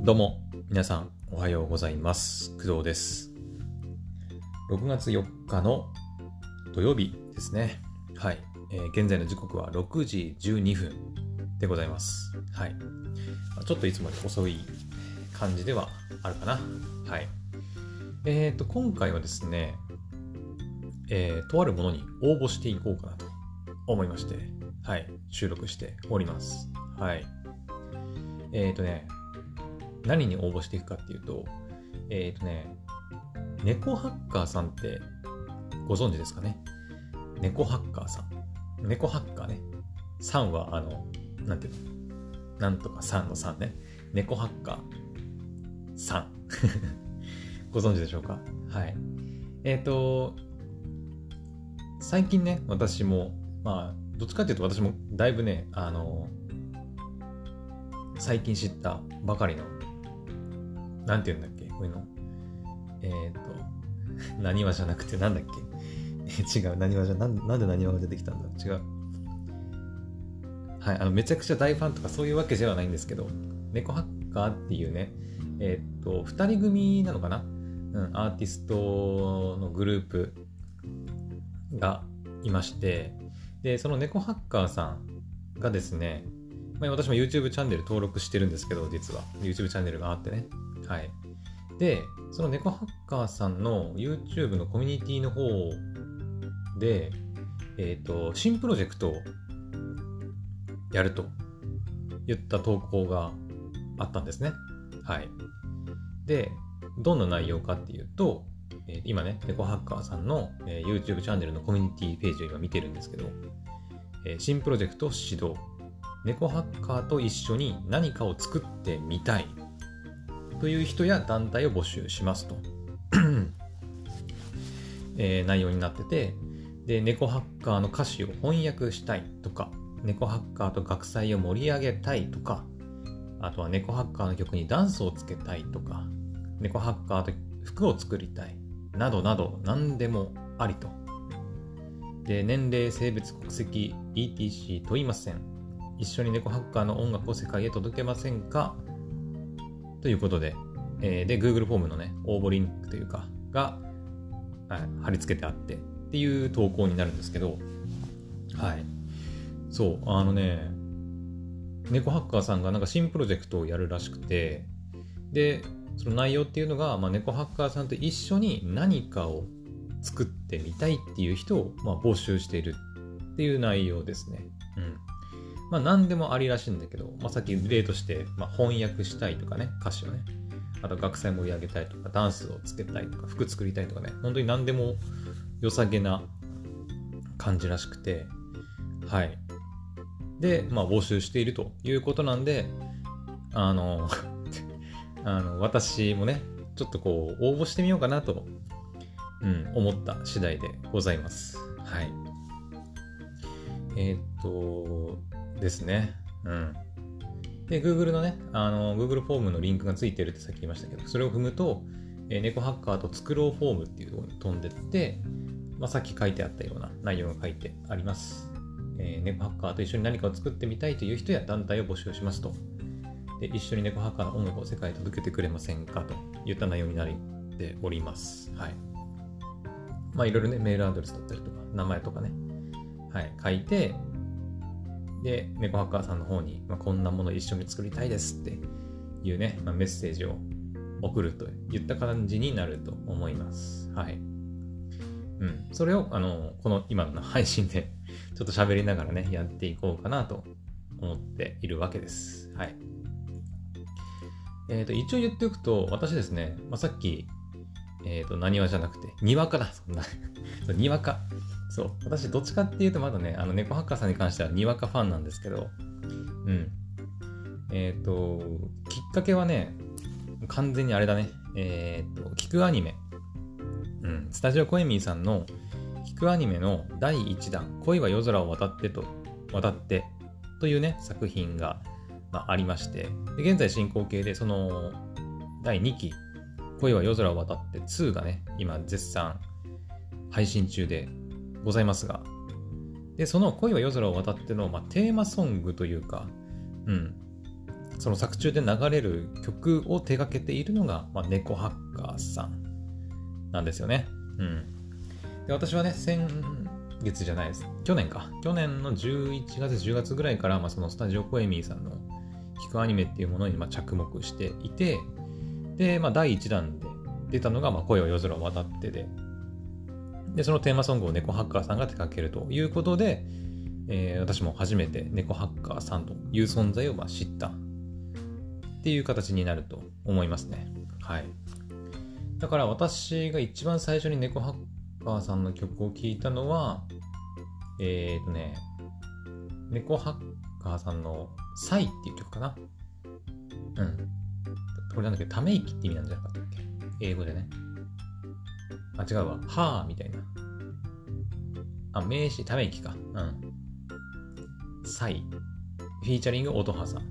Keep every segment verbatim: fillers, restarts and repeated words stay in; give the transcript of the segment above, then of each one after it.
どうも皆さんおはようございます。工藤です。ろくがつよっかの土曜日ですね。はい、えー、現在の時刻はろくじじゅうにふんでございます。はい、ちょっといつもより遅い感じではあるかな。はい。えーと今回はですね、えー、とあるものに応募していこうかなと思いまして、はい、収録しております。はい。えーとね、何に応募していくかっていうと、えーとね、猫ハッカーさんってご存知ですかね。猫ハッカーさん。猫ハッカーね。さんは、あの、なんていうのなんとかさんのさんね。猫ハッカーさん。ご存知でしょうか。はい。えーと、最近ね、私も、まあ、どっちかっていうと私もだいぶね、あの、最近知ったばかりの、なんて言うんだっけこういうの。えっ、ー、と、何話じゃなくてなんだっけ違う、何話じゃ、なん、なんで何話が出てきたんだ違う。はい、あの、めちゃくちゃ大ファンとかそういうわけではないんですけど、猫ハッカーっていうね、えっ、ー、と、二人組なのかなうん、アーティストのグループがいまして、で、その猫ハッカーさんがですね、まあ、私も YouTube チャンネル登録してるんですけど、実は YouTube チャンネルがあってね。はい。で、その猫ハッカーさんの YouTube のコミュニティの方で、えっと、新プロジェクトをやると言った投稿があったんですね。はい。で、どんな内容かっていうと、えー、今ね、猫ハッカーさんの、えー、YouTube チャンネルのコミュニティページを今見てるんですけど、えー、新プロジェクト始動。猫ハッカーと一緒に何かを作ってみたいという人や団体を募集しますと、えー、内容になってて、で、猫ハッカーの歌詞を翻訳したいとか、猫ハッカーと学祭を盛り上げたいとか、あとは猫ハッカーの曲にダンスをつけたいとか、猫ハッカーと服を作りたいなどなど何でもありと。で、年齢、性別、国籍、イーティーシー 問いません。一緒に猫ハッカーの音楽を世界へ届けませんかということで、えー、で、Google フォームのね、応募リンクというか、が、はい、貼り付けてあってっていう投稿になるんですけど、はい。そう、あのね、猫ハッカーさんがなんか新プロジェクトをやるらしくて、で、その内容っていうのが、まあ、猫ハッカーさんと一緒に何かを作ってみたいっていう人を、まあ、募集しているっていう内容ですね。うん。まあ何でもありらしいんだけど、まあ、さっき例として、まあ、翻訳したいとかね、歌詞をね、あと学祭盛り上げたいとか、ダンスをつけたいとか、服作りたいとかね、本当に何でも良さげな感じらしくて、はい。で、まあ募集しているということなんで、あの、あの私もね、ちょっとこう応募してみようかなと、うん、思った次第でございます。はい。えー、っと、ですね。うん。で、Google のね、あの、Google フォームのリンクがついてるってさっき言いましたけど、それを踏むと、えー、猫ハッカーと作ろうフォームっていうところに飛んでって、まあ、さっき書いてあったような内容が書いてあります。えー、猫ハッカーと一緒に何かを作ってみたいという人や団体を募集しますと。で、一緒に猫ハッカーの音楽を世界に届けてくれませんかといった内容になっております。はい。まあ、いろいろね、メールアドレスだったりとか、名前とかね、はい、書いて、で、猫ハッカーさんの方に、まあ、こんなもの一緒に作りたいですっていうね、まあ、メッセージを送るといった感じになると思います。はい。うん。それを、あの、この今の配信でちょっと喋りながらね、やっていこうかなと思っているわけです。はい。えっと、一応言っておくと、私ですね、まあ、さっき、えっと、何話じゃなくて、にわかだ、そんな。にわか。そう。私、どっちかっていうと、まだね、あの、猫ハッカーさんに関しては、にわかファンなんですけど、うん。えっと、きっかけはね、完全にあれだね。えっと、聞くアニメ。うん。スタジオコエミーさんの、聞くアニメのだいいちだん、恋は夜空を渡ってと、渡って、というね、作品が、まあ、ありまして、で現在進行形で、その、だいにき、恋は夜空を渡ってにがね、今絶賛配信中でございますが、で、その恋は夜空を渡っての、まあ、テーマソングというか、うん、 その作中で流れる曲を手掛けているのが、まあ、猫ハッカーさんなんですよね。うん。で、私はね、先月じゃないです。去年か。去年のじゅういちがつ、じゅうがつぐらいから、まあ、そのスタジオコエミーさんの聞くアニメっていうものにまあ着目していて、で、まあ、だいいちだんで出たのが、まあ、声を夜空を渡ってで、で、そのテーマソングを猫ハッカーさんが手掛けるということで、えー、私も初めて猫ハッカーさんという存在をまあ知ったっていう形になると思いますね。はい。だから私が一番最初に猫ハッカーさんの曲を聴いたのは、えーとね、猫ハッカーさんのサイっていう曲かな。うん。これなんだっけ、ため息って意味なんじゃなかったっけ、英語でね。あ、違うわ。はーみたいな。あ、名詞、ため息か。うん。サイ。フィーチャリング音羽さん。うん。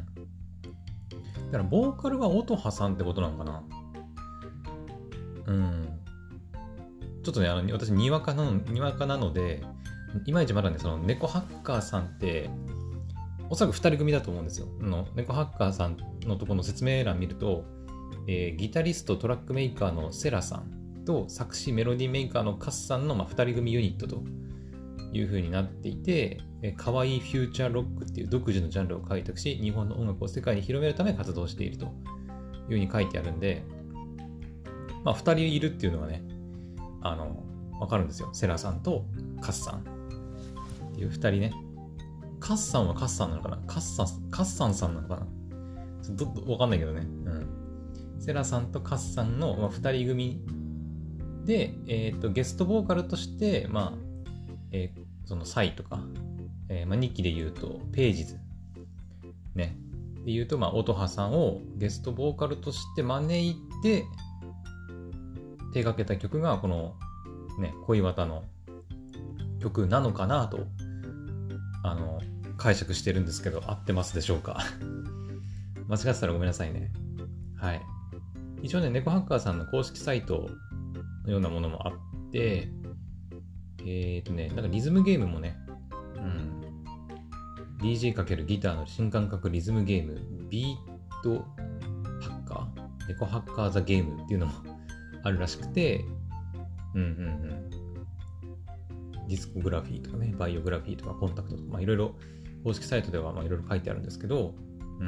だから、ボーカルは音羽さんってことなのかな。うん。ちょっとね、あの、私、にわかなの、にわかなので、いまいちまだね、その、猫ハッカーさんって、おそらくふたり組だと思うんですよ。の猫ハッカーさんのところの説明欄見ると、えー、ギタリスト、トラックメーカーのセラさんと作詞メロディーメーカーのカスさんの、まあ、ふたり組ユニットという風になっていて、えー、かわいいフューチャーロックっていう独自のジャンルを開拓し、日本の音楽を世界に広めるため活動しているという風に書いてあるんで、まあ、ふたりいるっていうのはね、あの、わかるんですよ。セラさんとカスさんっていうふたりね。カッサンはカッサンなのかな、カッサン、カッサンさんなのかな、ちょっとわかんないけどね。うん。セラさんとカッサンの、まあ、ふたり組で、えっと、ゲストボーカルとして、まあ、えー、そのサイとか、えー、まあ、日記で言うと、ページズ。ね。で言うと、まあ、音羽さんをゲストボーカルとして招いて、手掛けた曲が、この、ね、恋綿の曲なのかなと、あの、解釈してるんですけど、合ってますでしょうか間違ってたらごめんなさいね。はい。一応ね、猫ハッカーさんの公式サイトのようなものもあって、えっとね、なんかリズムゲームもね、うん、ディージェー× ギターの新感覚リズムゲーム、ビートハッカー、猫ハッカーザゲームっていうのもあるらしくて、うんうんうん。ディスコグラフィーとかね、バイオグラフィーとかコンタクトとか、まあいろいろ公式サイトではまあいろいろ書いてあるんですけど、うん。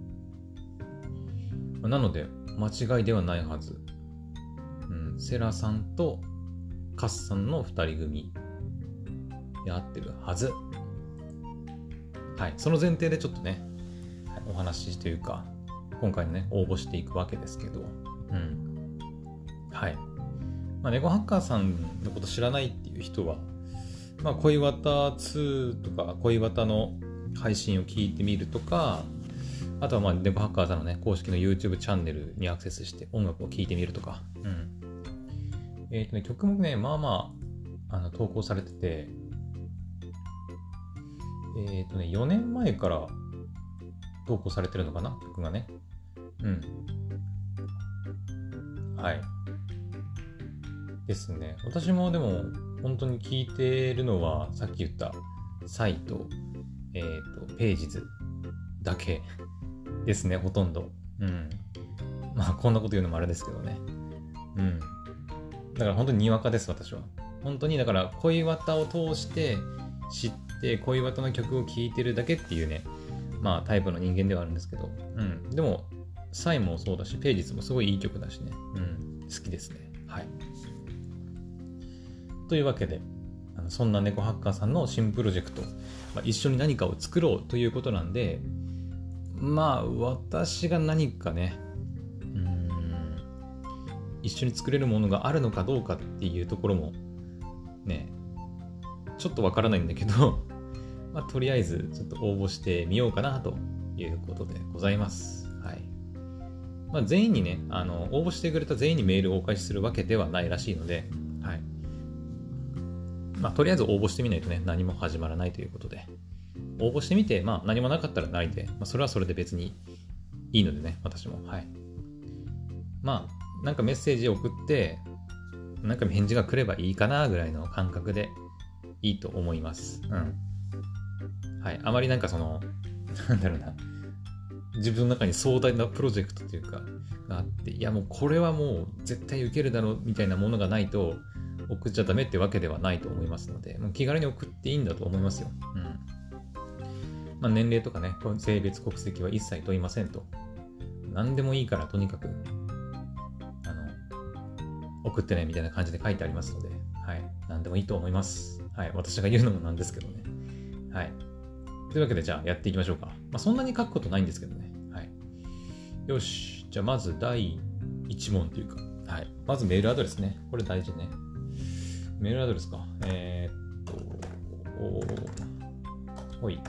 まあ、なので、間違いではないはず。うん、セラさんとカスさんのふたり組で合ってるはず。はい、その前提でちょっとね、はい、お話しというか、今回のね、応募していくわけですけど、うん。はい。まあ、猫ハッカーさんのこと知らないっていう人は、まあ、恋綿ツーとか恋綿の配信を聞いてみるとか、あとはまあ猫ハッカーさんのね公式の YouTube チャンネルにアクセスして音楽を聴いてみるとか、うん、えっとね曲もねまあまああの投稿されてて、えっとねよねんまえから投稿されてるのかな、曲がね。うんはいですね。私もでも本当に聞いてるのはさっき言ったサイト、えっとページズだけですね、ほとんど。うん。まあこんなこと言うのもあれですけどね。うん。だから本当ににわかです、私は。本当にだから恋綿を通して知って恋綿の曲を聴いてるだけっていうね、まあタイプの人間ではあるんですけど、うん。でもサイもそうだし、ページズもすごいいい曲だしね。うん。好きですね。はい。というわけで、あのそんな猫ハッカーさんの新プロジェクト、まあ、一緒に何かを作ろうということなんで、まあ私が何かね、うーん、一緒に作れるものがあるのかどうかっていうところもね、ちょっとわからないんだけど、まあ、とりあえずちょっと応募してみようかなということでございます。はい。まあ、全員にね、あの応募してくれた全員にメールをお返しするわけではないらしいので、はい。まあ、とりあえず応募してみないとね、何も始まらないということで、応募してみて、まあ、何もなかったらないで、まあ、それはそれで別にいいのでね、私も。はい。まあ、なんかメッセージを送って、なんか返事が来ればいいかなぐらいの感覚でいいと思います。うん。はい。あまりなんかその、なんだろうな、 自分の中に壮大なプロジェクトというかがあって、いやもうこれはもう絶対受けるだろうみたいなものがないと送っちゃダメってわけではないと思いますので、もう気軽に送っていいんだと思いますよ。うん。まあ、年齢とかね、性別、国籍は一切問いませんと。何でもいいからとにかくあの送ってねみたいな感じで書いてありますので、はい、何でもいいと思います。はい、私が言うのもなんですけどね。はい。というわけでじゃあやっていきましょうか。まあ、そんなに書くことないんですけどね。はい。よし。じゃあまずだいいち問というか、はい。まずメールアドレスね。これ大事ね。メールアドレスか。えー、っと、おほい。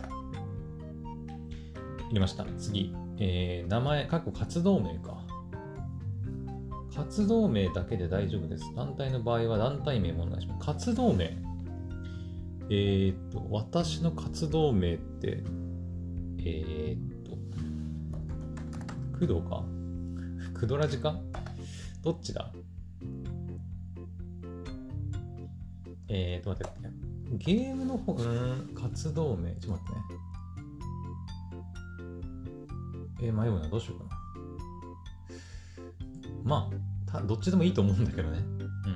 入れました。次。えー、名前、過去活動名か。活動名だけで大丈夫です。団体の場合は団体名もお願いします。活動名。えー、っと、私の活動名って、えー、っと、工藤か工藤ラジかどっちだえー、っと、待って。ゲームの方、うーん、活動名。ちょっと待ってね。えー、迷うな。どうしようかな。まあ、たどっちでもいいと思うんだけどね。うん。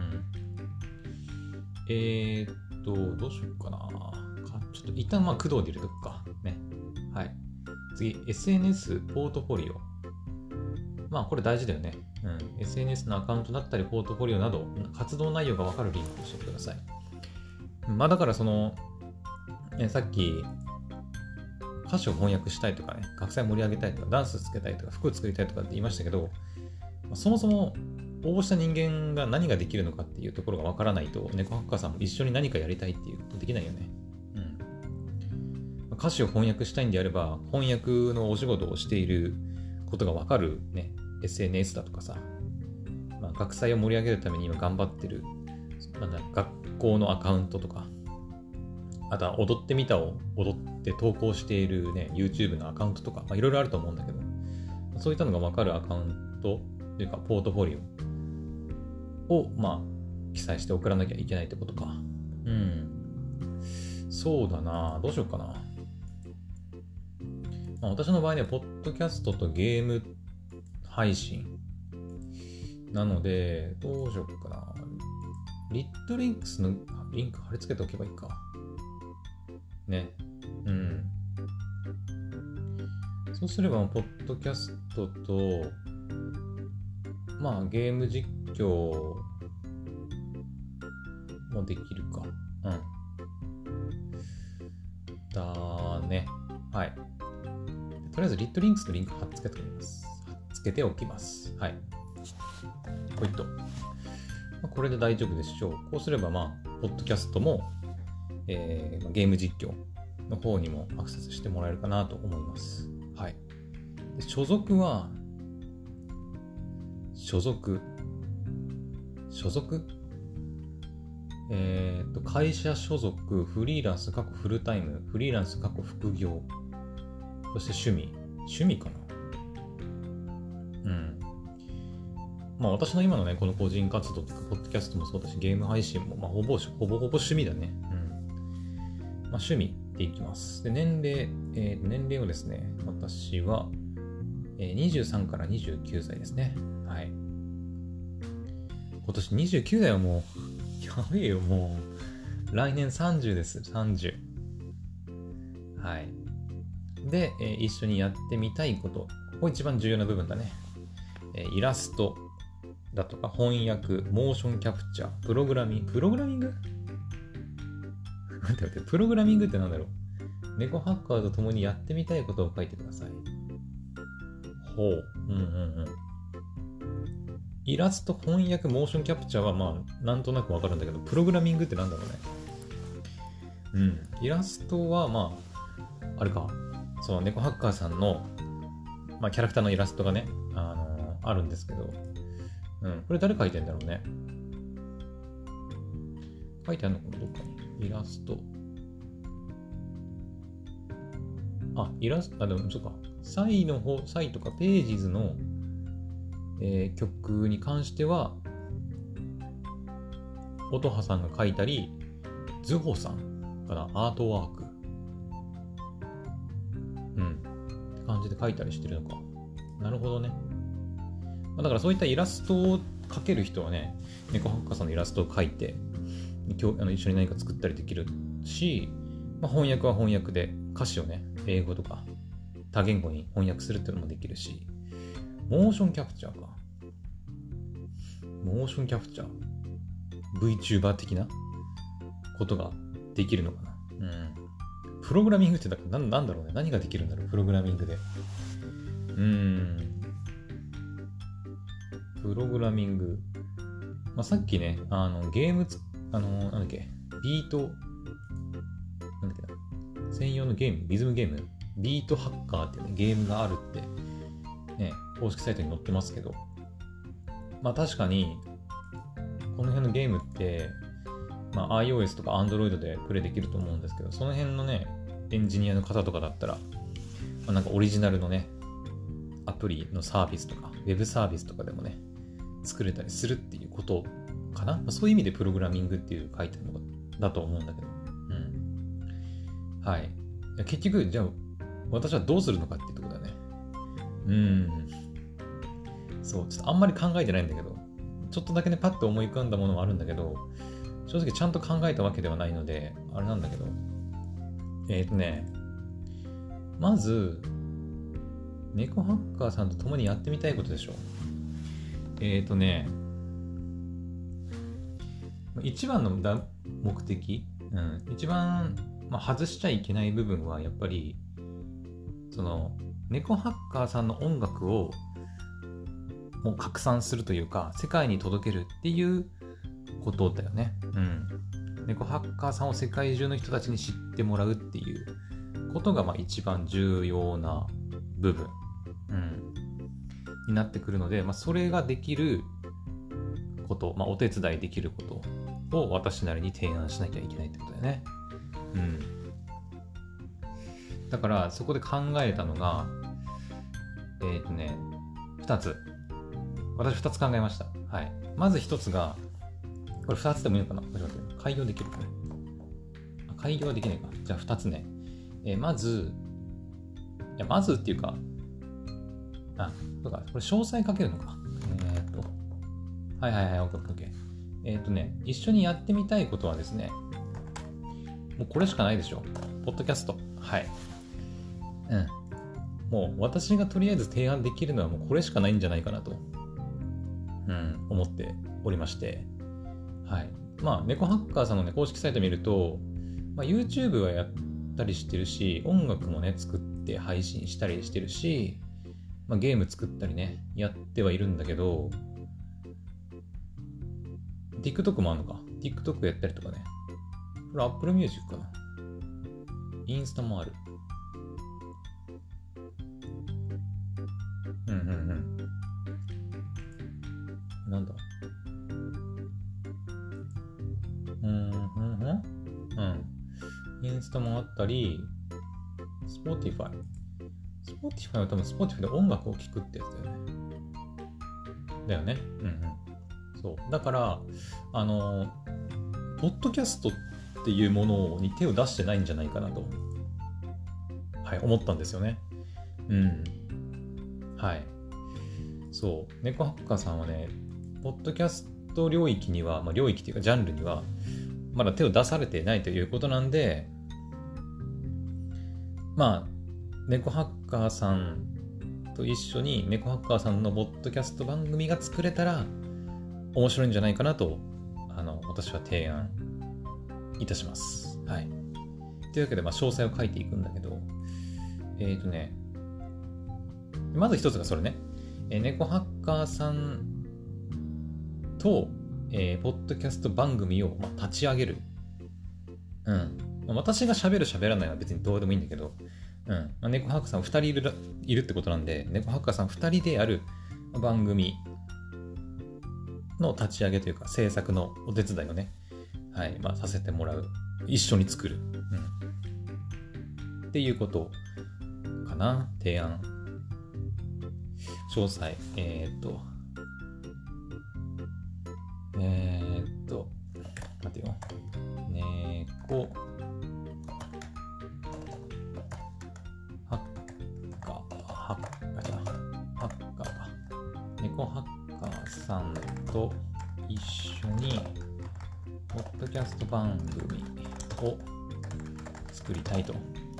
えー、っと、どうしようかな。かちょっと一旦まあ、工藤で入れとくか。ね。はい。次、エスエヌエス、ポートフォリオ。まあ、これ大事だよね。うん。エスエヌエス のアカウントだったり、ポートフォリオなど、活動内容がわかるリンクをしてください。まあ、だからその、えさっき、歌詞を翻訳したいとかね、学祭盛り上げたいとか、ダンスつけたいとか、服作りたいとかって言いましたけど、そもそも応募した人間が何ができるのかっていうところがわからないと、猫ハッカーさんも一緒に何かやりたいっていうことできないよね。うん。歌詞を翻訳したいんであれば、翻訳のお仕事をしていることがわかるね、エスエヌエス だとかさ、まあ、学祭を盛り上げるために今頑張ってる、なんだ、学校のアカウントとか、あとは踊ってみたを踊って投稿しているね、YouTube のアカウントとか、まあ、いろいろあると思うんだけど、そういったのがわかるアカウントというか、ポートフォリオを、まあ、記載して送らなきゃいけないってことか。うん。そうだな。どうしようかな。まあ、私の場合ね、ポッドキャストとゲーム配信なので、どうしようかな。リットリンクスのリンク貼り付けておけばいいか。ね。うん。そうすれば、ポッドキャストと、まあ、ゲーム実況もできるか。うん。だね。はい。とりあえず、リットリンクスのリンク貼っ付けておきます。貼っ付けておきます。はい。ほいっと。まあ、これで大丈夫でしょう。こうすれば、まあ、ポッドキャストも、えー、ゲーム実況の方にもアクセスしてもらえるかなと思います。はい。で所属は、所属。所属えっと、会社所属、フリーランス、過去フルタイム、フリーランス、過去副業、そして趣味。趣味かなうん。まあ私の今のね、この個人活動とか、ポッドキャストもそうだし、ゲーム配信も、まあほぼ、ほぼほぼ趣味だね。うん。まあ趣味っていきます。で、年齢、えー、年齢をですね、私は、えー、にじゅうさんからにじゅうきゅうさいですね。はい。今年にじゅうきゅうだよ、もう。やべえよ、もう。来年さんじゅうです、さんじゅう。はい。で、えー、一緒にやってみたいこと。ここ一番重要な部分だね。えー、イラストだとか、翻訳、モーションキャプチャー、プログラミング。プログラミング待って待って、プログラミングってなんだろう。猫ハッカーと共にやってみたいことを書いてください。ほう。うんうんうん。イラスト、翻訳、モーションキャプチャーはまあ、なんとなくわかるんだけど、プログラミングってなんだろうね。うん。イラストはまあ、あれか。その猫ハッカーさんの、まあ、キャラクターのイラストがね、あのー、あるんですけど、うん。これ誰書いてんだろうね。書いてあるのかなどっかに。イラスト。あ、イラスト、あ、でも、そうか。サイの方、サイとかページズの、えー、曲に関しては、音羽さんが書いたり、ズホさんかな、アートワーク。うん。って感じで描いたりしてるのか。なるほどね。だからそういったイラストを描ける人はね、猫ハッカーさんのイラストを描いて、今日あの一緒に何か作ったりできるし、まあ、翻訳は翻訳で歌詞をね、英語とか多言語に翻訳するっていうのもできるし、モーションキャプチャーか。モーションキャプチャー VTuber 的なことができるのかな。うん。プログラミングってだからなんだろうね。何ができるんだろう、プログラミングで。うーん。プログラミング。まあ、さっきね、あの、ゲームつ、あの、なんだっけ、ビート、なんだっけな、専用のゲーム、リズムゲーム、ビートハッカーっていう、ね、ゲームがあるって、ね、公式サイトに載ってますけど、まあ確かに、この辺のゲームって、まあ iOS とか Android でプレイできると思うんですけど、その辺のね、エンジニアの方とかだったら、まあ、なんかオリジナルのね、アプリのサービスとか、ウェブサービスとかでもね、作れたりするっていうことかな。まあ、そういう意味でプログラミングっていう書いてあるのだと思うんだけど。うん。はい。結局、じゃあ、私はどうするのかっていうところだね。うーん。そう、ちょっとあんまり考えてないんだけど、ちょっとだけね、パッと思い浮かんだものはあるんだけど、正直ちゃんと考えたわけではないので、あれなんだけど、えっとね、まず、猫ハッカーさんと共にやってみたいことでしょ。えっとね、一番の目的、うん、一番、まあ、外しちゃいけない部分はやっぱりその猫ハッカーさんの音楽をもう拡散するというか世界に届けるっていうことだよね。うん、猫ハッカーさんを世界中の人たちに知ってもらうっていうことがまあ一番重要な部分、うん、になってくるので、まあ、それができること、まあ、お手伝いできることを私なりに提案しなきゃいけないってことだよね。うん。だからそこで考えたのが、えっとね、ふたつ。私ふたつ考えました。はい。まずひとつが、これふたつでもいいのかな？待って待って。開業できるかね。あ、開業はできないか。じゃあふたつね。えー、まず、いや、まずっていうか、あ、そうか、これ詳細書けるのか。えっと、はいはいはい、オッケーオッケー。えっとね、一緒にやってみたいことはですね、もうこれしかないでしょ。ポッドキャスト。はい。うん。もう私がとりあえず提案できるのはもうこれしかないんじゃないかなと、うん、思っておりまして。はい。まあ、猫ハッカーさんのね、公式サイト見ると、まあ、YouTube はやったりしてるし、音楽もね、作って配信したりしてるし、まあ、ゲーム作ったりね、やってはいるんだけど、TikTok もあるのか。TikTok やったりとかね。これ Apple Music かな。インスタもある。うんうんうん。なんだ。うんうんうんうん。インスタもあったり、Spotify。Spotify は多分 Spotify で音楽を聴くってやつだよね。だよね。うんうん。そう。だから、あの、ポッドキャストっていうものに手を出してないんじゃないかなと、はい、思ったんですよね。うん。はい。そう。猫ハッカーさんはね、ポッドキャスト領域には、まあ、領域というかジャンルには、まだ手を出されていないということなんで、まあ、猫ハッカーさんと一緒に猫ハッカーさんのポッドキャスト番組が作れたら面白いんじゃないかなと、あの、私は提案いたします。はい。というわけで、まあ、詳細を書いていくんだけど、えーとね、まず一つがそれね、えー、猫ハッカーさんと、えー、ポッドキャスト番組を、まあ、立ち上げる。うん。まあ、私が喋る喋らないは別にどうでもいいんだけど、うん。まあ、猫ハッカーさんふたりいる、いるってことなんで、猫ハッカーさんふたりでやる番組の立ち上げというか、制作のお手伝いをね、はい、まあ、させてもらう。一緒に作る。うん。っていうことかな。提案。詳細。えーっと。えーっと。待てよ。猫ハッカ猫ハッカーさんと一緒にポッドキャスト番組を作りたいと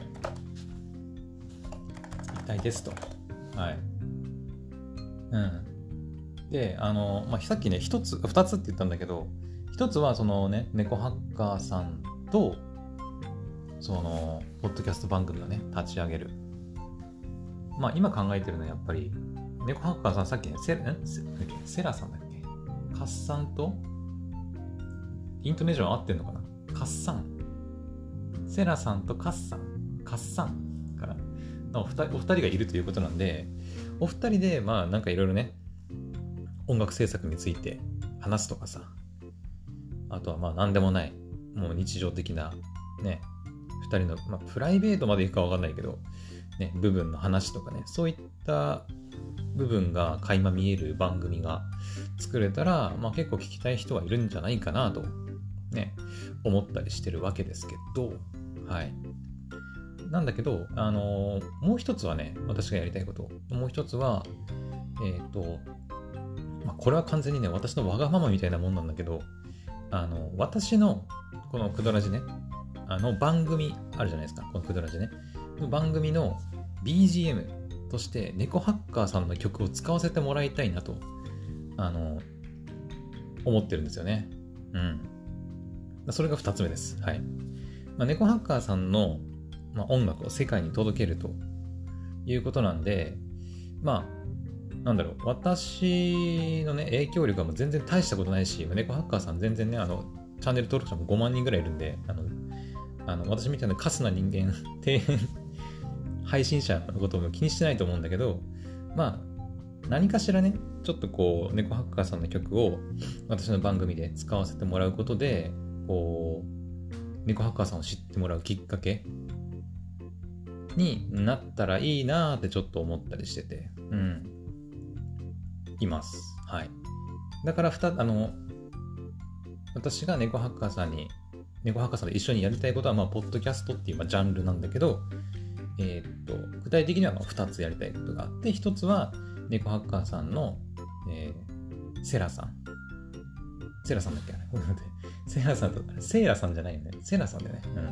言いたいですと。はい。うん。で、あの、まあ、さっきね、一つ、二つって言ったんだけど、一つはそのね、猫ハッカーさんと、その、ポッドキャスト番組をね、立ち上げる。まあ、今考えてるのはやっぱり、猫ハッカーさん、さっきね、セ, んセ, セラさんだっけカッサンと、イントネーション合ってんのかなカッサン。セラさんとカッサン。カッサンから、お二人、お二人がいるということなんで、お二人で、まあ、なんかいろいろね、音楽制作について話すとかさ、あとはまあ何でもない、もう日常的なね、二人の、まあ、プライベートまでいくかわかんないけど、ね、部分の話とかね、そういった部分が垣間見える番組が作れたら、まあ結構聞きたい人はいるんじゃないかなと、ね、思ったりしてるわけですけど、はい。なんだけど、あのー、もう一つはね、私がやりたいこと、もう一つは、えっと、まあ、これは完全にね、私のわがままみたいなもんなんだけど、あの、私の、このクドラジね、あの番組あるじゃないですか、このクドラジね。番組の ビージーエム として、猫ハッカーさんの曲を使わせてもらいたいなと、あの、思ってるんですよね。うん。それが二つ目です。はい。まあ、猫ハッカーさんの、まあ、音楽を世界に届けるということなんで、まあ、なんだろう、私のね、影響力はもう全然大したことないし、猫ハッカーさん全然ね、あの、チャンネル登録者もごまんにんぐらいいるんで、あの、あの私みたいなカスな人間、底辺配信者のことも気にしてないと思うんだけど、まあ、何かしらね、ちょっとこう、猫ハッカーさんの曲を私の番組で使わせてもらうことで、こう、猫ハッカーさんを知ってもらうきっかけになったらいいなーってちょっと思ったりしてて、うん。います。はい。だから、ふた、あの、私が猫ハッカーさんに、猫ハッカーさんと一緒にやりたいことは、まあ、ポッドキャストっていう、まあ、ジャンルなんだけど、えーっと、具体的にはまあふたつやりたいことがあって、ひとつは、猫ハッカーさんの、えー、セラさん。セラさんだっけあれセラさんと、セイラさんじゃないよね。セラさんだよね。うん。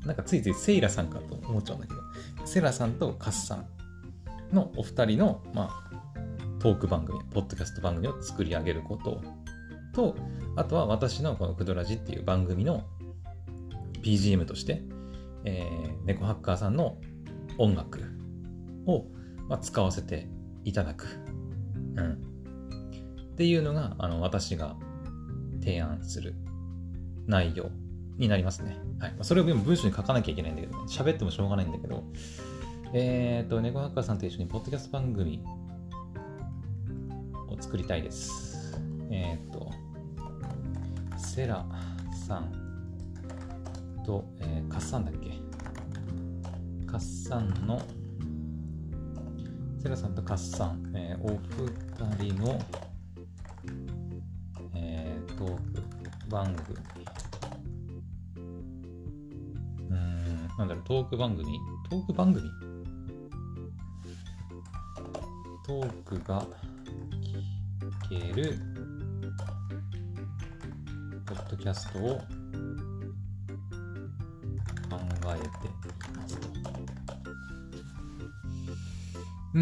なんかついついセイラさんかと思っちゃうんだけど、セラさんとカスさんのお二人の、まあ、トーク番組、ポッドキャスト番組を作り上げることと、あとは私のこのクドラジっていう番組の ビージーエム として、えー、猫ハッカーさんの音楽を、まあ、使わせていただく。うん。っていうのが、あの、私が提案する内容になりますね。はい。まあ、それを文章に書かなきゃいけないんだけどね。喋ってもしょうがないんだけど、えっと、猫ハッカーさんと一緒にポッドキャスト番組を作りたいです。えっと、セラさんと、えー、カッサンだっけカッサンの、セラさんとカッサン、えー、お二人の、えー、トーク番組。うーん、なんだろう、トーク番組トーク番組トークが聞けるポッドキャストを考えていますと。うん。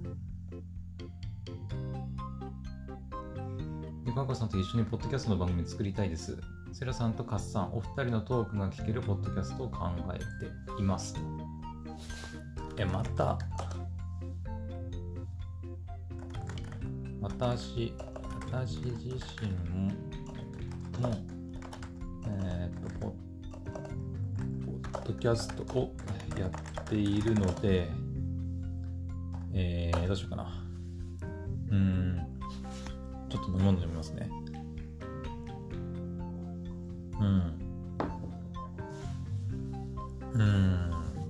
猫ハッカーさんと一緒にポッドキャストの番組作りたいです。セラさんとカッサン、お二人のトークが聞けるポッドキャストを考えていますと。え、また、私、私自身も、もえっと、ポッドキャストをやっているので、えー、どうしようかな。うーん、ちょっと飲み物飲みますね。うん。うーん。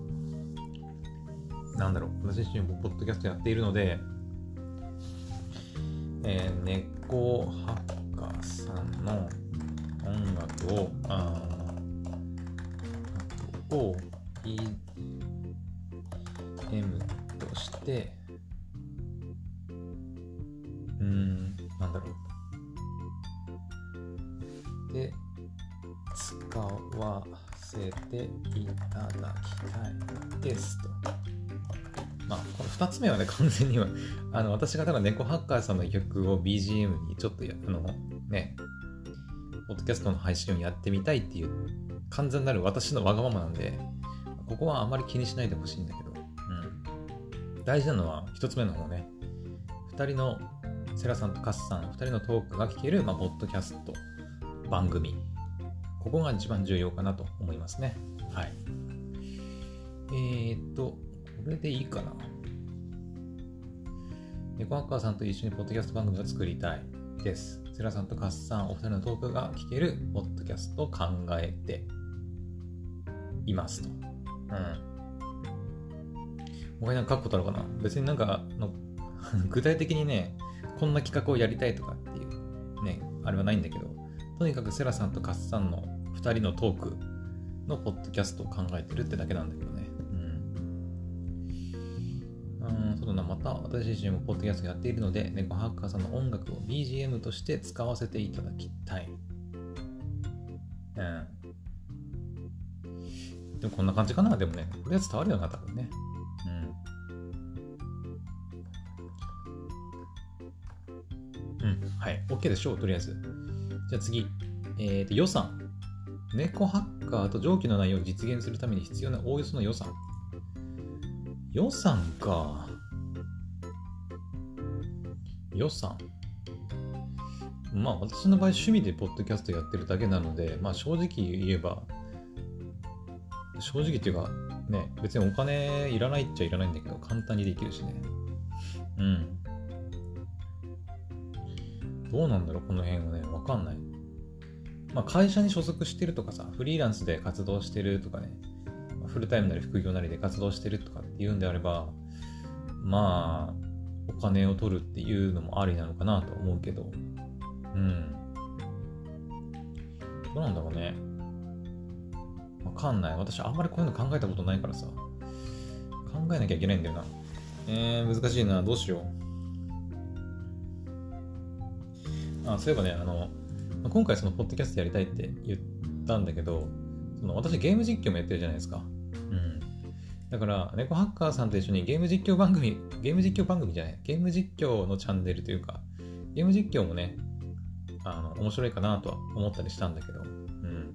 なんだろう、私自身もポッドキャストやっているので、えー、猫ハッカーさんの音楽を、あーを ビーエム として、 なんだろう。で、使わせていただきたいですと。まあ、このふたつめはね、完全には、あの、私がただ猫ハッカーさんの曲を ビージーエム にちょっとや、あの、ね、ポッドキャストの配信をやってみたいっていう、完全なる私のわがままなんで、ここはあまり気にしないでほしいんだけど、うん。大事なのは、ひとつめの方ね、ふたりの、セラさんとカッさん、ふたりのトークが聞ける、まあ、ポッドキャスト番組。ここが一番重要かなと思いますね。はい。えーっと、これでいいかな。猫ハッカーさんと一緒にポッドキャスト番組を作りたいです。セラさんとカッさん、お二人のトークが聞けるポッドキャストを考えていますと。うん。他になんか書くことあるかな？別になんかの具体的にね、こんな企画をやりたいとかっていうね、あれはないんだけど、とにかくセラさんとカッさんのふたりのトークのポッドキャストを考えてるってだけなんだけどね。うん。うん、そうだな、また私自身もポッドキャストやっているので、猫ハッカーさんの音楽を ビージーエム として使わせていただきたい。うん。でもこんな感じかな、でもね。これは伝わるよな、多分ね。うん。うん、はい。OK でしょう、とりあえず。じゃあ次。えーと、予算。猫ハッカーと上記の内容を実現するために必要なおおよその予算。予算か。予算。まあ私の場合趣味でポッドキャストやってるだけなので、まあ正直言えば、正直っていうかね、別にお金いらないっちゃいらないんだけど、簡単にできるしね。うん。どうなんだろう、この辺はね、わかんない。まあ会社に所属してるとかさ、フリーランスで活動してるとかね、フルタイムなり副業なりで活動してるとかっていうんであれば、まあ、お金を取るっていうのもありなのかなと思うけど、うん。どうなんだろうね。わかんない。私あんまりこういうの考えたことないからさ、考えなきゃいけないんだよな。えー、難しいな。どうしよう。あ、そういえばね、あの、今回そのポッドキャストやりたいって言ったんだけど、その私ゲーム実況もやってるじゃないですか。うん。だから、猫ハッカーさんと一緒にゲーム実況番組、ゲーム実況番組じゃない、ゲーム実況のチャンネルというか、ゲーム実況もね、あの、面白いかなとは思ったりしたんだけど、うん。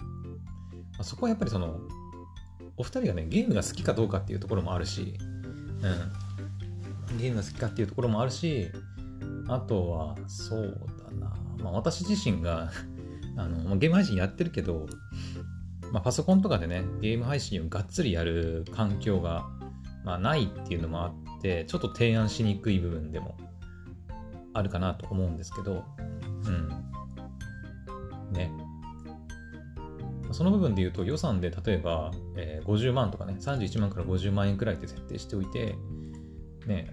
まあ、そこはやっぱりその、お二人がね、ゲームが好きかどうかっていうところもあるし、うん。ゲームが好きかっていうところもあるし、あとは、そうだな。まあ私自身があの、ゲーム配信やってるけど、まあ、パソコンとかでね、ゲーム配信をがっつりやる環境が、まあ、ないっていうのもあって、ちょっと提案しにくい部分でもあるかなと思うんですけど、うん。ね。その部分で言うと予算で例えば、えー、ごじゅうまんとかね、さんじゅういちまんからごじゅうまん円くらいで設定しておいて、ね、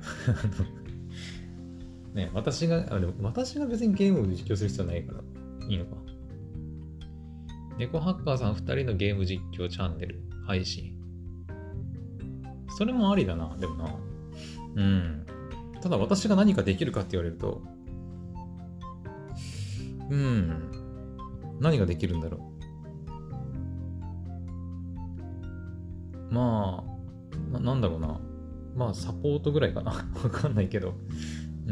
ね、私が、あ、でも私が別にゲームを実況する必要ないから、いいのか。猫ハッカーさんふたりのゲーム実況チャンネル配信。それもありだな、でもな。うん。ただ私が何かできるかって言われると、うん。何ができるんだろう。まあ、な、なんだろうな。まあ、サポートぐらいかな。わかんないけど。うん。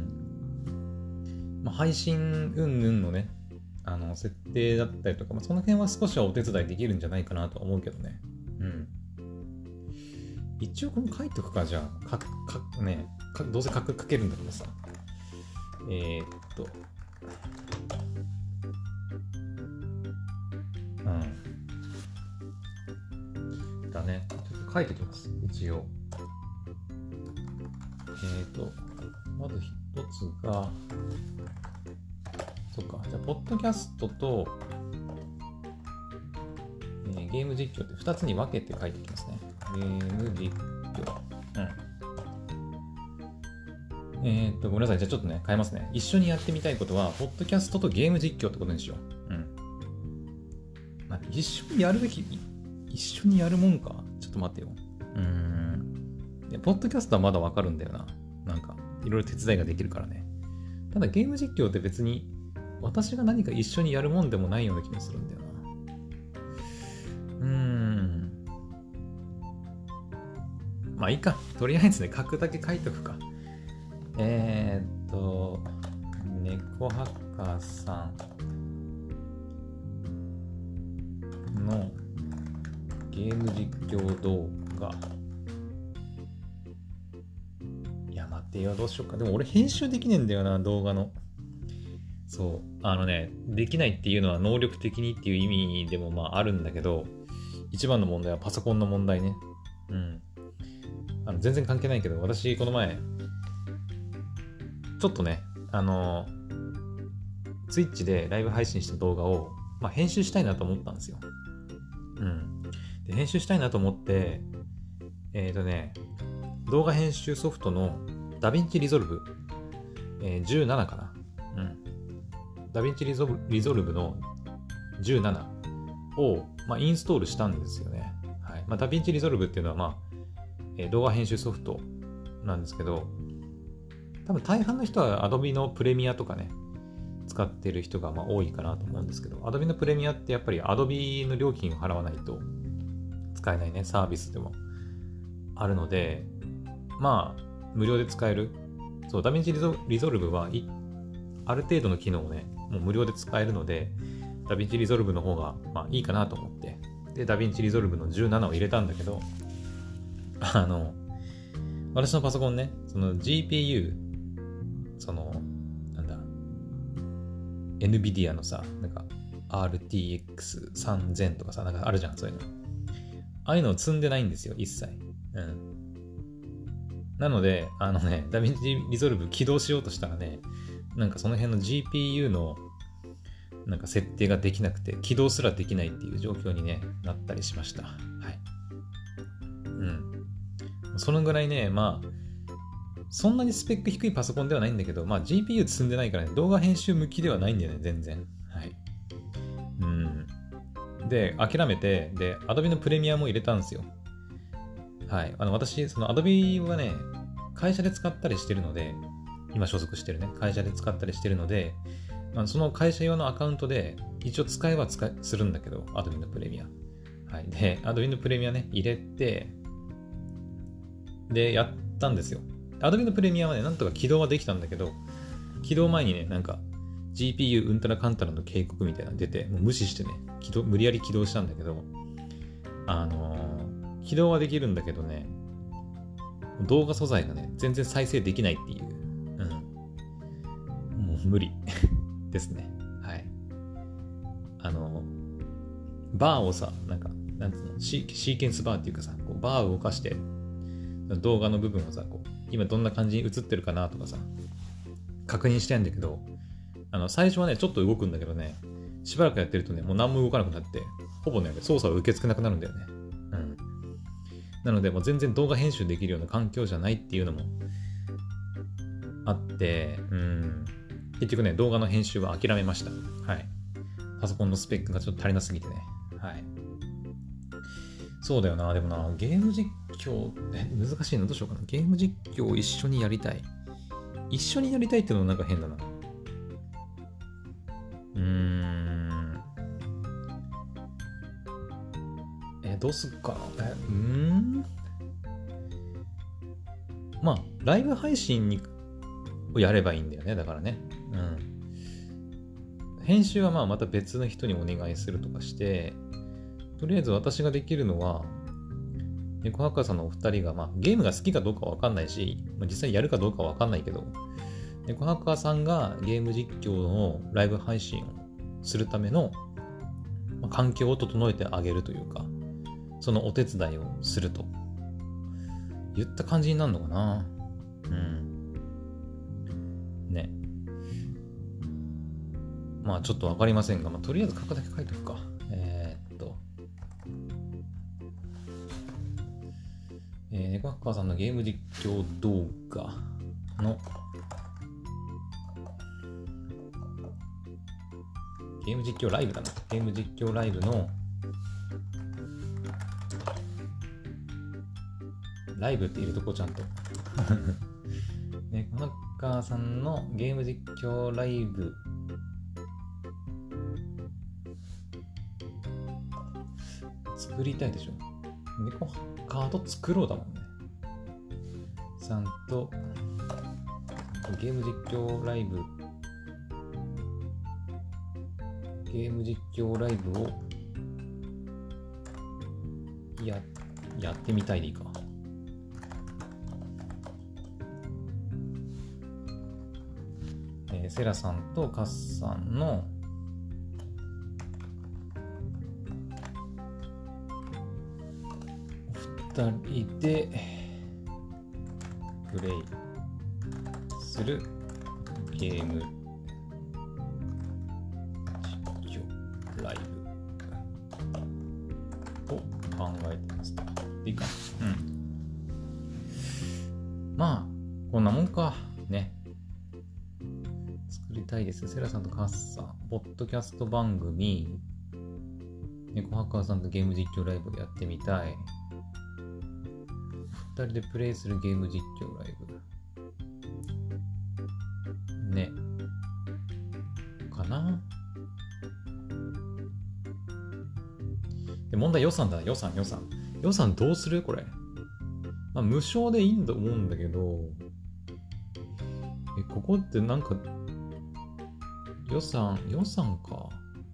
まあ、配信云々のね、あの、設定だったりとか、まあ、その辺は少しはお手伝いできるんじゃないかなと思うけどね。うん。一応この書いとくか、じゃあ。か、か、ね、かどうせ書く、書けるんだからさ。えー、っと。うん。だね。ちょっと書いておきます。一応。えー、っと、まず一つが、そっか。じゃあ、ポッドキャストと、えー、ゲーム実況ってふたつに分けて書いておきますね。ゲーム実況。うん。えー、っと、ごめんなさい。じゃあちょっとね、変えますね。一緒にやってみたいことは、ポッドキャストとゲーム実況ってことにしよう。うん。まあ、一緒にやるべき、一緒にやるもんか。ちょっと待ってよ。うーん。で、ポッドキャストはまだわかるんだよな。なんか、いろいろ手伝いができるからね。 ただゲーム実況って別に私が何か一緒にやるもんでもないような気もするんだよな。うーん。まあいいか。とりあえずね、書くだけ書いとくか。えーっと、猫ハッカーさんのゲーム実況動画。いや、待ってよ、どうしようか。でも俺編集できねえんだよな、動画の。そう。あのね、できないっていうのは能力的にっていう意味でもまああるんだけど、一番の問題はパソコンの問題ね。うん。あの全然関係ないけど、私この前、ちょっとね、あの、ツイッチでライブ配信した動画を、まあ、編集したいなと思ったんですよ。うん。で、編集したいなと思って、えっとね、動画編集ソフトのダヴィンチリゾルブ、えー、じゅうななかな。うん。ダヴィンチリゾルリゾルブのじゅうななを、まあ、インストールしたんですよね。はい。まあ、ダヴィンチリゾルブっていうのは、まあ、えー、動画編集ソフトなんですけど、多分大半の人は Adobe のプレミアとかね、使ってる人がまあ多いかなと思うんですけど、Adobe のプレミアってやっぱり Adobe の料金を払わないと使えないね、サービスでもあるので、まあ、無料で使える。そう、ダヴィンチリゾ、リゾルブはある程度の機能をね、もう無料で使えるので、ダヴィンチリゾルブの方がまあいいかなと思って、で、ダヴィンチリゾルブのじゅうななを入れたんだけど、あの、私のパソコンね、その ジーピーユー、その、なんだ、NVIDIA のさ、なんか アールティーエックスさんぜん とかさ、なんかあるじゃん、そういうの。ああいうのを積んでないんですよ、一切。うん。なので、あのね、ダヴィンチリゾルブ起動しようとしたらね、なんかその辺の ジーピーユー のなんか設定ができなくて、起動すらできないっていう状況にね、なったりしました。はい。うん。そのぐらいね、まあ、そんなにスペック低いパソコンではないんだけど、まあ ジーピーユー 積んでないからね、動画編集向きではないんだよね、全然。はい。うん。で、諦めて、で、Adobe のプレミアも入れたんですよ。はい。あの、私、その Adobe はね、会社で使ったりしてるので、今所属してるね、会社で使ったりしてるので、まあ、その会社用のアカウントで、一応使えば使いするんだけど、Adobe のプレミア。はい。で、Adobe のプレミアね、入れて、で、やったんですよ。Adobe のプレミアはね、なんとか起動はできたんだけど、起動前にね、なんか ジーピーユー うんたらかんたらの警告みたいなの出て、もう無視してね、起動無理やり起動したんだけど、あのー、起動はできるんだけどね、動画素材がね、全然再生できないっていう。うん。もう無理ですね。はい。あのー、バーをさ、なんか、なんつうの、シー、シーケンスバーっていうかさ、こうバーを動かして、動画の部分をさ、こう今どんな感じに映ってるかなとかさ、確認したいんだけど、あの最初はね、ちょっと動くんだけどね、しばらくやってるとね、もう何も動かなくなって、ほぼね、操作を受け付けなくなるんだよね。うん。なので、もう全然動画編集できるような環境じゃないっていうのもあって、うん。結局ね、動画の編集は諦めました。はい。パソコンのスペックがちょっと足りなすぎてね。はい。そうだよな。でもな、ゲーム実況、え、難しいな。どうしようかな。ゲーム実況を一緒にやりたい。一緒にやりたいっていうのもなんか変だな。うーん。え、どうすっかな。え、うーん。まあ、ライブ配信にをやればいいんだよね。だからね。うん。編集はまあまた別の人にお願いするとかして、とりあえず私ができるのは、猫ハッカーさんのお二人が、まあ、ゲームが好きかどうかわかんないし、まあ、実際やるかどうかわかんないけど、猫ハッカーさんがゲーム実況のライブ配信をするための、まあ、環境を整えてあげるというか、そのお手伝いをすると言った感じになるのかな。うん。ね。まあちょっとわかりませんが、まあ、とりあえず書くだけ書いておくか。えー、っと。えー、猫ハッカーさんのゲーム実況動画のゲーム実況ライブだな。ゲーム実況ライブのライブって入れとこうちゃんとね、この母さんのゲーム実況ライブ作りたいでしょ。猫ハッカーと作ろうだもんね。さんとゲーム実況ライブゲーム実況ライブをややってみたいでいいか。えー、セラさんとカッさんのお二人でプレイするゲーム実況ライブを考えてます。いいか。うん。まあこんなもんかね。作りたいです。セラさんとカッサン、ポッドキャスト番組、猫ハッカーさんとゲーム実況ライブをやってみたい。ふたりでプレイするゲーム実況ライブ。ね。かな。で、問題予算だ。予算、予算。予算どうするこれ。まあ、無償でいいんだと思うんだけど、え、ここってなんか、予算、予算か。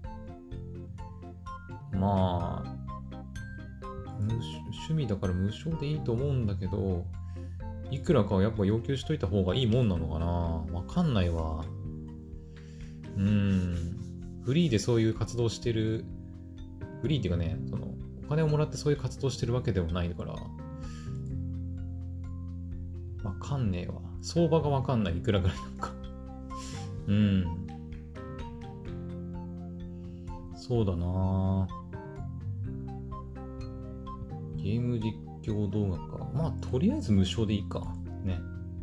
まあ、無趣味だから無償でいいと思うんだけど、いくらかはやっぱ要求しといた方がいいもんなのかな。わかんないわ。うーん。フリーでそういう活動してる、フリーっていうかね、その、お金をもらってそういう活動してるわけでもないから、わかんねえわ。相場がわかんない。いくらぐらいなのか。うん。そうだな。ゲーム実況動画か。まあ、とりあえず無償でいいか。ね。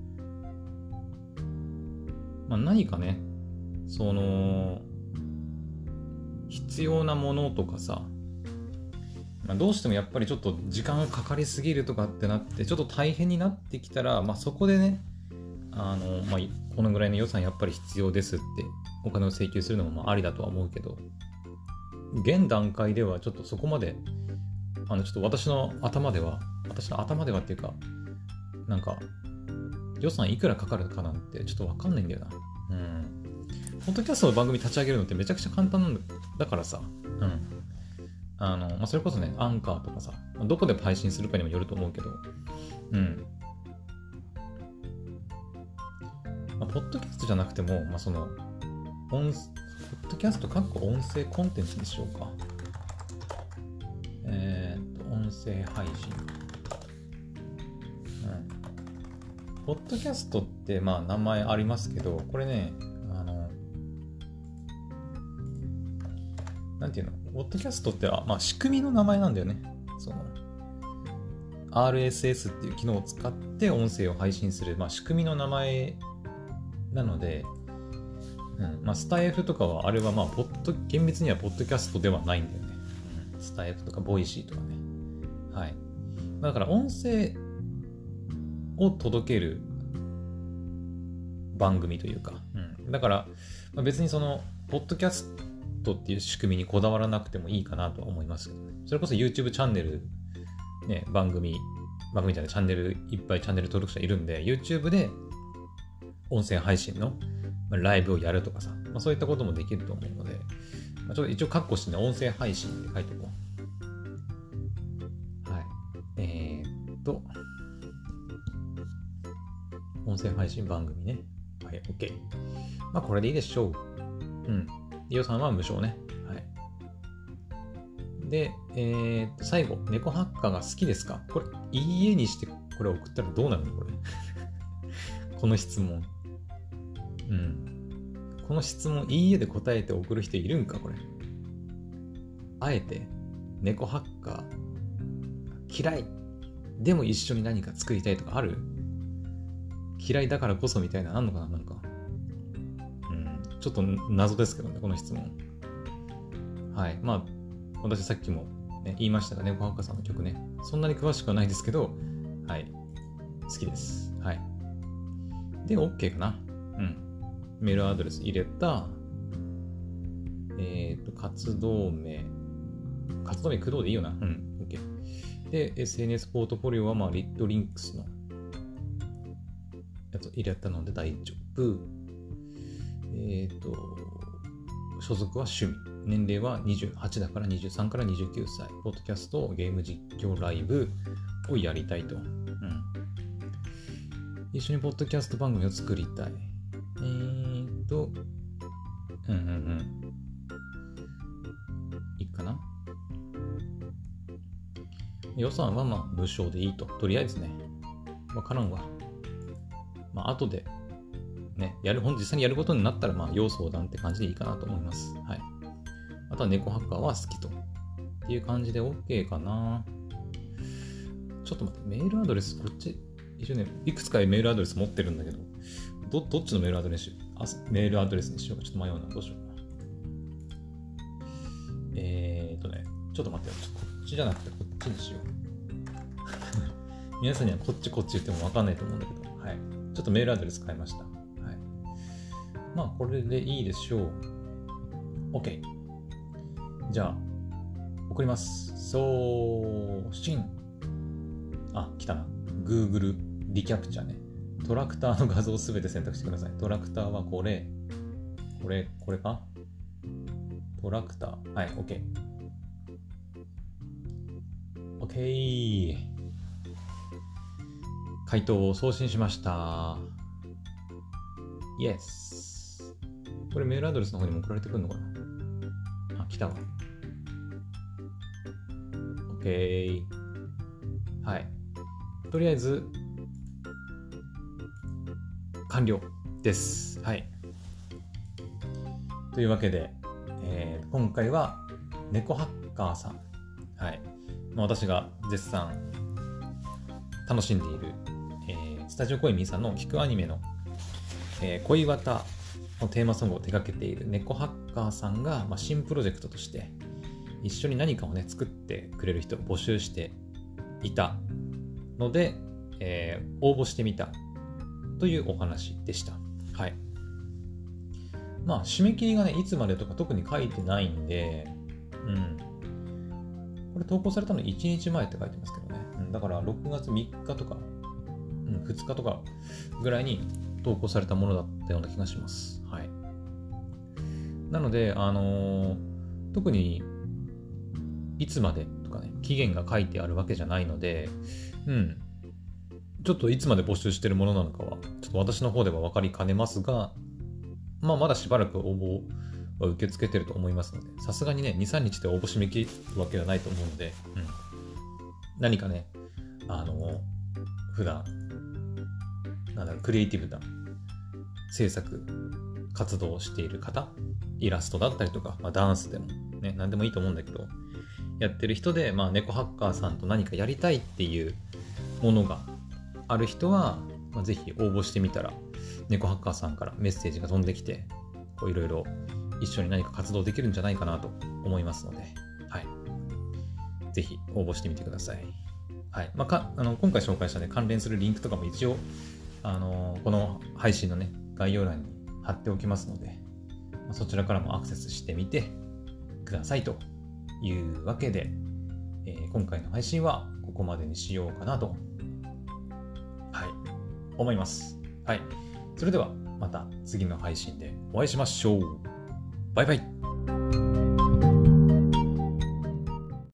まあ、何かね、その、必要なものとかさ、まあ、どうしてもやっぱりちょっと時間がかかりすぎるとかってなって、ちょっと大変になってきたら、まあ、そこでね、あの、まあ、このぐらいの予算やっぱり必要ですってお金を請求するのもまあありだとは思うけど、現段階ではちょっとそこまで、あの、ちょっと私の頭では、私の頭ではっていうか、なんか、予算いくらかかるかなんてちょっとわかんないんだよな。うん。ポッドキャストの番組立ち上げるのってめちゃくちゃ簡単なんだ、だからさ、うん。あの、まあ、それこそね、アンカーとかさ、どこで配信するかにもよると思うけど、うん。まあ、ポッドキャストじゃなくても、まあ、その、音、ポッドキャストかっこ音声コンテンツにしようか。えーっと、音声配信。うん。ポッドキャストって、まあ、名前ありますけど、これね、あの、なんていうの、ポッドキャストって、まあ、仕組みの名前なんだよね。その、アールエスエス っていう機能を使って音声を配信する、まあ、仕組みの名前なので、うんまあ、スタイフとかは、あれはまあ、ポッド、厳密にはポッドキャストではないんだよね。うん、スタイフとか、ボイシーとかね。はい。だから、音声を届ける番組というか、うん、だから、まあ、別にその、ポッドキャストっていう仕組みにこだわらなくてもいいかなとは思いますけどね。それこそ YouTube チャンネル、ね、番組、番組じゃない、チャンネル、いっぱいチャンネル登録者いるんで、YouTube で音声配信のライブをやるとかさ、まあ、そういったこともできると思うので、まあ、ちょっと一応カッコしてね、音声配信って書いておこう。はい。えー、っと、音声配信番組ね。はい、OK。まあ、これでいいでしょう。うん。予算は無償ね。はい。で、えー、っと、最後、猫ハッカーが好きですか？これ、いいえにしてこれ送ったらどうなるのこれ。この質問。うん。この質問、いいえで答えて送る人いるんかこれ。あえて、猫ハッカー、嫌い。でも一緒に何か作りたいとかある？嫌いだからこそみたいなのあんのかななんか。うん。ちょっと謎ですけどね、この質問。はい。まあ、私さっきも、ね、言いましたが、猫ハッカーさんの曲ね。そんなに詳しくはないですけど、はい。好きです。はい。 で OK かな。うん。メールアドレス入れた、えっと、活動名、活動名駆動でいいよな。うん、OK。で、エスエヌエス ポートフォリオは、まあ、リットリンクスのやつを入れたので大丈夫。えっと、所属は趣味。年齢はにじゅうはちだからにじゅうさんからにじゅうきゅうさい。ポッドキャスト、ゲーム実況、ライブをやりたいと。うん。一緒にポッドキャスト番組を作りたい。えーっと、うんうんうん。いいかな。予算はまあ無償でいいと。とりあえずね。わからんわ。まあ後で、ね、やる、ほんと実際にやることになったら、まあ要相談って感じでいいかなと思います。はい。あとは猫ハッカーは好きと。っていう感じで OK かな。ちょっと待って、メールアドレス、こっち、一応ね、いくつかメールアドレス持ってるんだけど、ど、どっちのメールアドレス、あメールアドレスにしようか。ちょっと迷うな。どうしようかな。えーっとね、ちょっと待ってよ。こっちじゃなくてこっちにしよう。皆さんにはこっちこっち言ってもわかんないと思うんだけど、はい。ちょっとメールアドレス変えました。はい。まあ、これでいいでしょう。OK。じゃあ、送ります。送信。あ、来たな。Google リキャプチャね。トラクターの画像をすべて選択してください。トラクターはこれ。これ、これかトラクター。はい、OK。OK。回答を送信しました。Yes。これメールアドレスの方にも送られてくるのかな。あ、来たわ。OK。はい。とりあえず、完了です。はい。というわけで、えー、今回は猫ハッカーさん。はい。まあ、私が絶賛楽しんでいる、えー、スタジオコイミーさんの聞くアニメの、えー、恋綿のテーマソングを手掛けている猫ハッカーさんが、まあ、新プロジェクトとして一緒に何かをね作ってくれる人を募集していたので、えー、応募してみたというお話でした。はい。まあ締め切りがねいつまでとか特に書いてないんで、うん。これ投稿されたのいちにちまえって書いてますけどね。うん、だからろくがつみっかとか、うん、ふつかとかぐらいに投稿されたものだったような気がします。はい。なので、あのー、特にいつまでとかね、期限が書いてあるわけじゃないので、うん。ちょっといつまで募集してるものなのかは、ちょっと私の方では分かりかねますが、まあまだしばらく応募は受け付けてると思いますので、さすがにね、に、さんにちで応募締め切るわけではないと思うので、うん。何かね、あの、普段、なんだろう、クリエイティブな制作活動をしている方、イラストだったりとか、まあ、ダンスでもね、何でもいいと思うんだけど、やってる人で、まあ、猫ハッカーさんと何かやりたいっていうものがある人は、まあ、ぜひ応募してみたら、猫ハッカーさんからメッセージが飛んできて、こういろいろ一緒に何か活動できるんじゃないかなと思いますので、はい。ぜひ応募してみてください。はい。まあ、かあの今回紹介した、ね、関連するリンクとかも一応、あのこの配信のね、概要欄に貼っておきますので、まあ、そちらからもアクセスしてみてくださいというわけで、えー、今回の配信はここまでにしようかなと、はい、思います。はい。それではまた次の配信でお会いしましょう。バイバイ。